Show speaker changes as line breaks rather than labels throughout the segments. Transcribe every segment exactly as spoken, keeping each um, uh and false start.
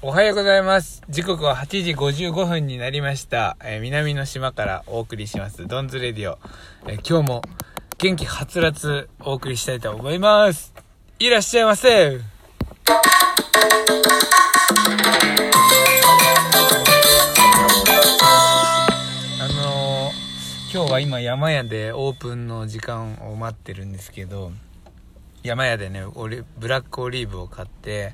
おはようございます。時刻ははちじごじゅうごふんになりました。えー、南の島からお送りしますドンズレディオ、えー、今日も元気はつらつお送りしたいと思います。いらっしゃいませ。あのー、今日は今山屋でオープンの時間を待ってるんですけど、山屋でねオリブラックオリーブを買って、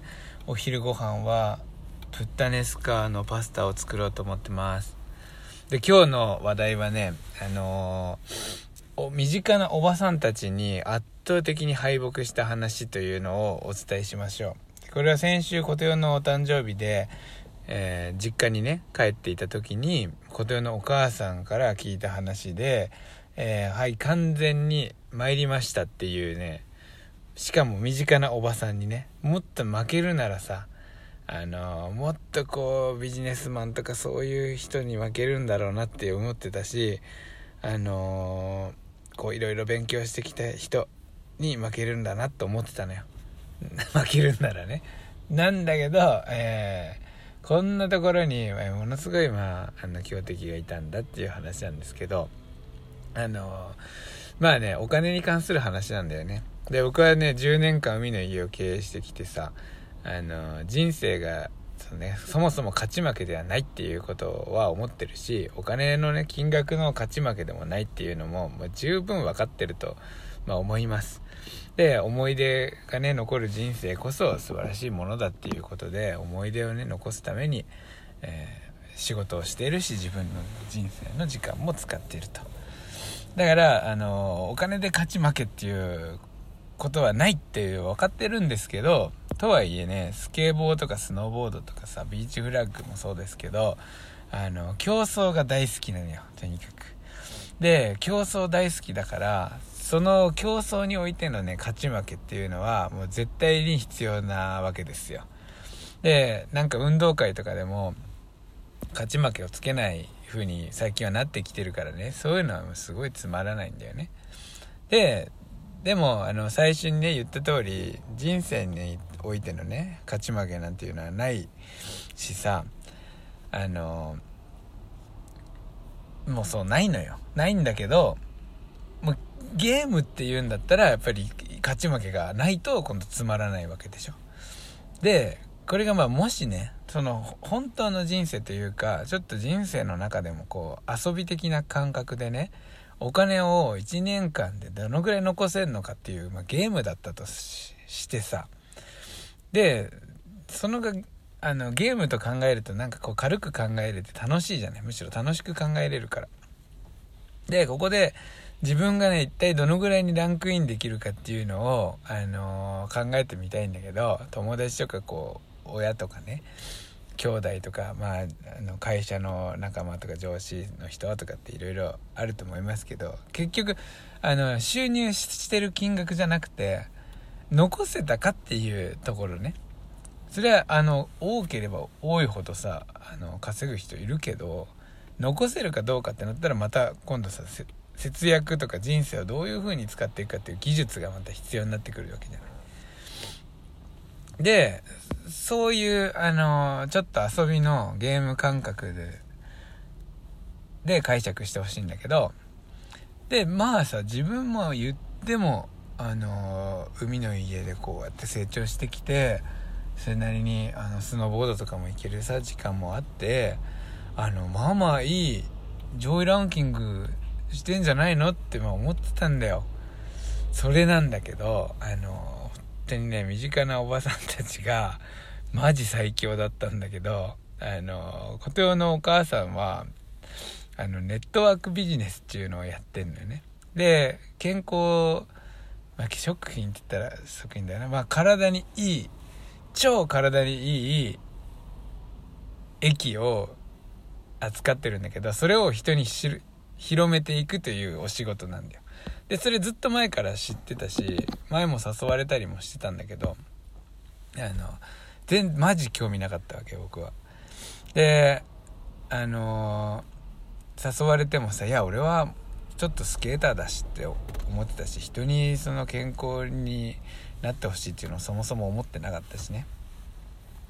お昼ご飯はプッタネスカのパスタを作ろうと思ってます。で、今日の話題はね、あのー、身近なおばさんたちに圧倒的に敗北した話というのをお伝えしましょう。これは先週琴代のお誕生日で、えー、実家にね帰っていた時に琴代のお母さんから聞いた話で、えー、はい完全に参りましたっていうね、しかも身近なおばさんにね、もっと負けるならさ、あのもっとこうビジネスマンとかそういう人に負けるんだろうなって思ってたし、あのこういろいろ勉強してきた人に負けるんだなと思ってたのよ負けるんならね。なんだけど、えー、こんなところにものすごい、まあ、あの強敵がいたんだっていう話なんですけど、あのまあねお金に関する話なんだよね。で、僕はねじゅうねんかん海の家を経営してきてさ、あの人生がその、ね、そもそも勝ち負けではないっていうことは思ってるし、お金のね金額の勝ち負けでもないっていうのも、まあ、十分分かってると、まあ、思います。で、思い出がね残る人生こそ素晴らしいものだっていうことで、思い出をね残すために、えー、仕事をしているし、自分の人生の時間も使っていると。だからあのお金で勝ち負けっていうことはないっていう分かってるんですけど、とはいえね、スケボーとかスノーボードとかさ、ビーチフラッグもそうですけど、あの競争が大好きなのよ、とにかく。で、競争大好きだから、その競争においてのね勝ち負けっていうのはもう絶対に必要なわけですよ。で、なんか運動会とかでも勝ち負けをつけない風に最近はなってきてるからね、そういうのはすごいつまらないんだよね。ででもあの最初にね言った通り、人生においてのね勝ち負けなんていうのはないしさ、あのもうそうないのよ。ないんだけど、もうゲームっていうんだったらやっぱり勝ち負けがないと今度つまらないわけでしょ。で、これがまあもしね、その本当の人生というか、ちょっと人生の中でもこう遊び的な感覚でね、お金をいちねんかんでどのぐらい残せるのかっていう、まあ、ゲームだったと し, してさ、でそのがあのゲームと考えるとなんかこう軽く考えれて楽しいじゃない。むしろ楽しく考えれるから。で、ここで自分がね一体どのぐらいにランクインできるかっていうのを、あのー、考えてみたいんだけど、友達とかこう親とかね、兄弟とか、まあ、あの会社の仲間とか上司の人とかっていろいろあると思いますけど、結局あの収入してる金額じゃなくて残せたかっていうところね。それはあの多ければ多いほどさ、あの稼ぐ人いるけど、残せるかどうかってなったらまた今度さ、節約とか人生をどういう風に使っていくかっていう技術がまた必要になってくるわけじゃない。で、そういうあのちょっと遊びのゲーム感覚でで解釈してほしいんだけど、でまあさ、自分も言ってもあの海の家でこうやって成長してきて、それなりにあのスノーボードとかも行けるさ時間もあって、あのまあまあいい上位ランキングしてんじゃないのってまあ思ってたんだよ。それなんだけど、あの本当にね身近なおばさんたちがマジ最強だったんだけど、あの琴代のお母さんはあのネットワークビジネスっていうのをやってんのよね。で、健康、まあ、食品って言ったら食品だよな、まあ体にいい、超体にいい液を扱ってるんだけど、それを人に知る広めていくというお仕事なんだよ。で、それずっと前から知ってたし、前も誘われたりもしてたんだけど、あの全マジ興味なかったわけ僕は。で、あのー、誘われてもさ、いや俺はちょっとスケーターだしって思ってたし、人にその健康になってほしいっていうのをそもそも思ってなかったしね。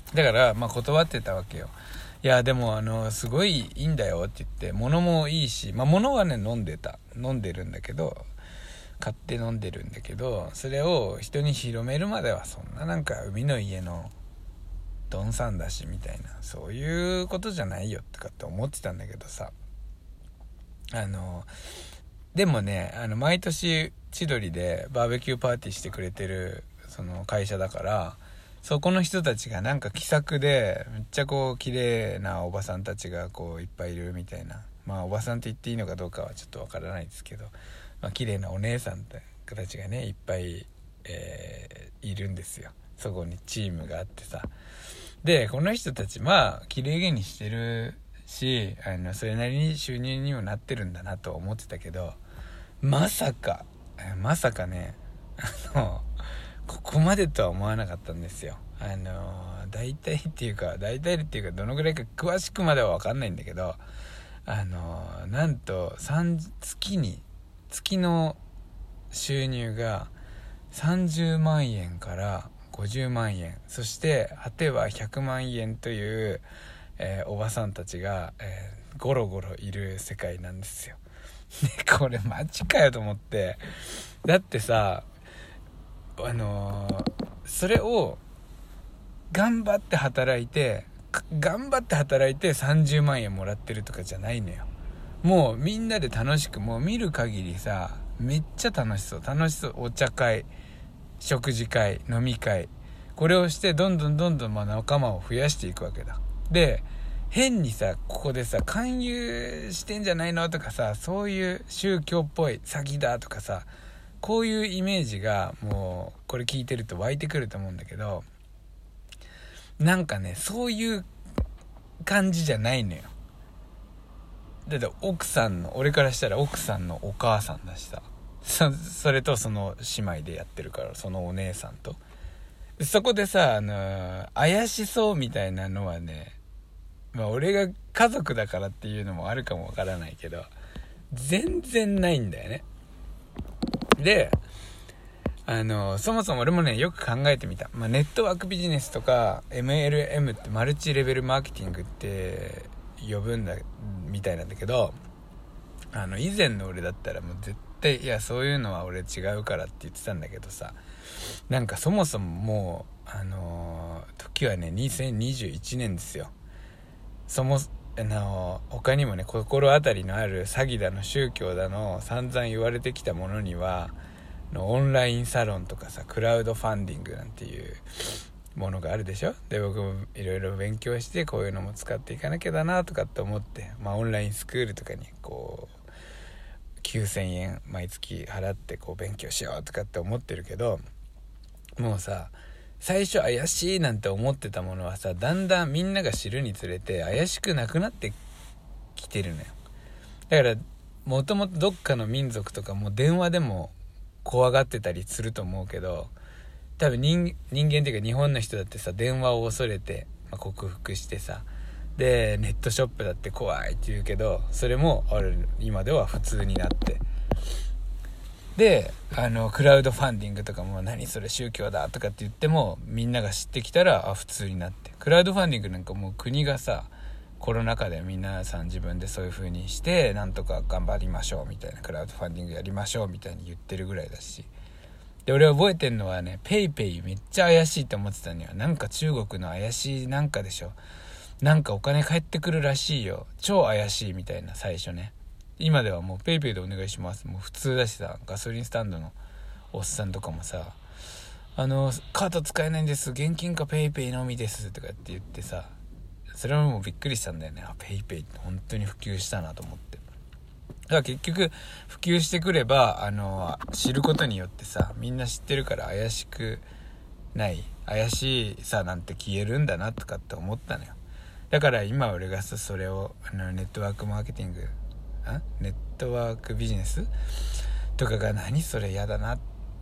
だからまあ断ってたわけよ。いやでもあのすごいいいんだよって言って、物もいいし、まあ物はね飲んでた飲んでるんだけど、買って飲んでるんだけど、それを人に広めるまではそんななんか海の家のドンさんだしみたいな、そういうことじゃないよとかって思ってたんだけどさ、あのでもね、あの毎年千鳥でバーベキューパーティーしてくれてるその会社だから、そこの人たちがなんか気さくでめっちゃこう綺麗なおばさんたちがこういっぱいいるみたいな、まあおばさんって言っていいのかどうかはちょっとわからないですけど、まあ綺麗なお姉さんたちがねいっぱい、えー、いるんですよ。そこにチームがあってさ、でこの人たちまあ綺麗げにしてるし、あのそれなりに収入にもなってるんだなと思ってたけど、まさかまさかねあのここまでとは思わなかったんですよ。あの大体っていうか大体っていうかどのぐらいか詳しくまでは分かんないんだけど、あのなんと月に月の収入がさんじゅうまんえんからごじゅうまんえん、そして果てはひゃくまんえんという、えー、おばさんたちが、えー、ゴロゴロいる世界なんですよ。でこれマジかよと思って、だってさあのー、それを頑張って働いて頑張って働いてさんじゅうまんえんもらってるとかじゃないのよ。もうみんなで楽しく、もう見る限りさめっちゃ楽しそう楽しそう、お茶会、食事会、飲み会、これをしてどんどんどんどんまあ仲間を増やしていくわけだ。で変にさここでさ勧誘してんじゃないのとかさ、そういう宗教っぽい詐欺だとかさ、こういうイメージがもうこれ聞いてると湧いてくると思うんだけど、なんかねそういう感じじゃないのよ。だって奥さんの、俺からしたら奥さんのお母さんだしさ、 そ, それとその姉妹でやってるから、そのお姉さんとそこでさ、あのー、怪しそうみたいなのはね、まあ俺が家族だからっていうのもあるかもわからないけど全然ないんだよね。であのそもそも俺もねよく考えてみた、まあ、ネットワークビジネスとか エムエルエム ってマルチレベルマーケティングって呼ぶんだみたいなんだけど、あの以前の俺だったらもう絶対いやそういうのは俺違うからって言ってたんだけどさ、なんかそもそももうあのー、時はねにせんにじゅういちねんですよ。そもあのー、他にもね心当たりのある詐欺だの宗教だの散々言われてきたものにはのオンラインサロンとかさ、クラウドファンディングなんていうものがあるでしょ。で僕もいろいろ勉強してこういうのも使っていかなきゃだなとかって思って、まあオンラインスクールとかにこうきゅうせんえん毎月払ってこう勉強しようとかって思ってるけど、もうさ最初怪しいなんて思ってたものはさ、だんだんみんなが知るにつれて怪しくなくなってきてるのよ。だからもともとどっかの民族とかも電話でも怖がってたりすると思うけど、多分 人, 人間っていうか日本の人だってさ電話を恐れて、まあ、克服してさ、でネットショップだって怖いって言うけど、それもある今では普通になって、であのクラウドファンディングとかも何それ宗教だとかって言ってもみんなが知ってきたらあ普通になって、クラウドファンディングなんかもう国がさコロナ禍で皆さん自分でそういう風にしてなんとか頑張りましょうみたいな、クラウドファンディングやりましょうみたいに言ってるぐらいだし、で俺覚えてんのはね、ペイペイめっちゃ怪しいって思ってたのよ。なんか中国の怪しいなんかでしょ、なんかお金返ってくるらしいよ、超怪しいみたいな最初ね。今ではもうペイペイでお願いしますもう普通だしさ、ガソリンスタンドのおっさんとかもさ、あのカード使えないんです現金かペイペイのみですとかって言ってさ、それはもうびっくりしたんだよね。あペイペイって本当に普及したなと思って。だから結局普及してくればあの知ることによってさ、みんな知ってるから怪しくない、怪しさなんて消えるんだなとかって思ったのよ。だから今俺がさそれをあのネットワークマーケティングあネットワークビジネスとかが何それやだな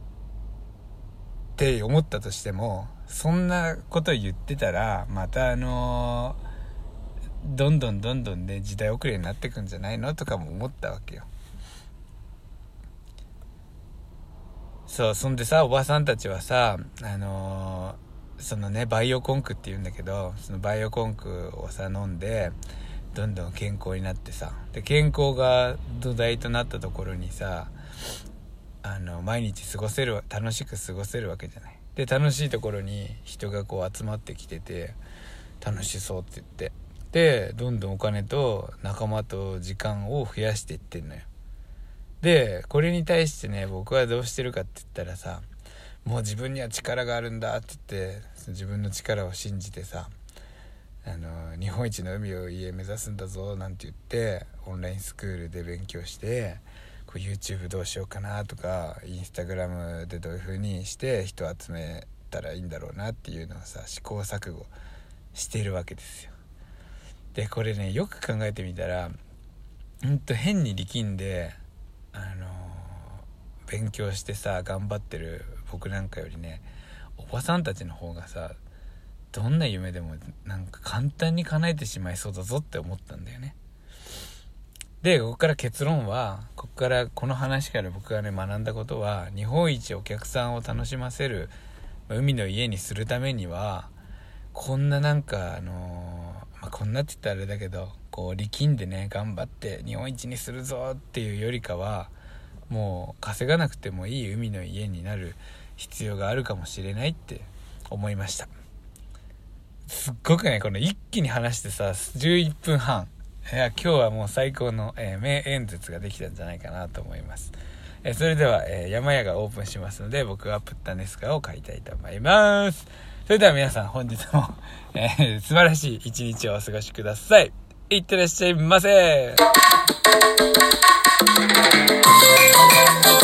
って思ったとしても、そんなこと言ってたらまたあのーどんどんどんどんね時代遅れになってくんじゃないのとかも思ったわけよ。そうそんでさおばさんたちはさあのそのねバイオコンクっていうんだけど、そのバイオコンクをさ飲んでどんどん健康になってさ、で健康が土台となったところにさ、あの毎日過ごせる、楽しく過ごせるわけじゃない。で楽しいところに人がこう集まってきてて楽しそうって言って、でどんどんお金と仲間と時間を増やしていってんのよ。でこれに対してね僕はどうしてるかって言ったらさ、もう自分には力があるんだって言って自分の力を信じてさ、あの日本一の海を家目指すんだぞなんて言ってオンラインスクールで勉強して、こう YouTube どうしようかなとか Instagram でどういう風にして人を集めたらいいんだろうなっていうのをさ試行錯誤しているわけですよ。でこれねよく考えてみたらほんと変に力んであの勉強してさ頑張ってる僕なんかよりね、おばさんたちの方がさどんな夢でもなんか簡単に叶えてしまいそうだぞって思ったんだよね。でここから結論は、ここからこの話から僕がね学んだことは、日本一お客さんを楽しませる海の家にするためには、こんななんかあのーまあ、こんなって言ったらあれだけど、こう力んでね頑張って日本一にするぞっていうよりかは、もう稼がなくてもいい海の家になる必要があるかもしれないって思いました。すっごくねこの一気に話してさじゅういっぷんはん、いや今日はもう最高の、えー、名演説ができたんじゃないかなと思います。えー、それでは、えー、山屋がオープンしますので、僕はプッタネスカを買いたいと思います。それでは皆さん本日も、えー、素晴らしい一日をお過ごしください。いってらっしゃいませ。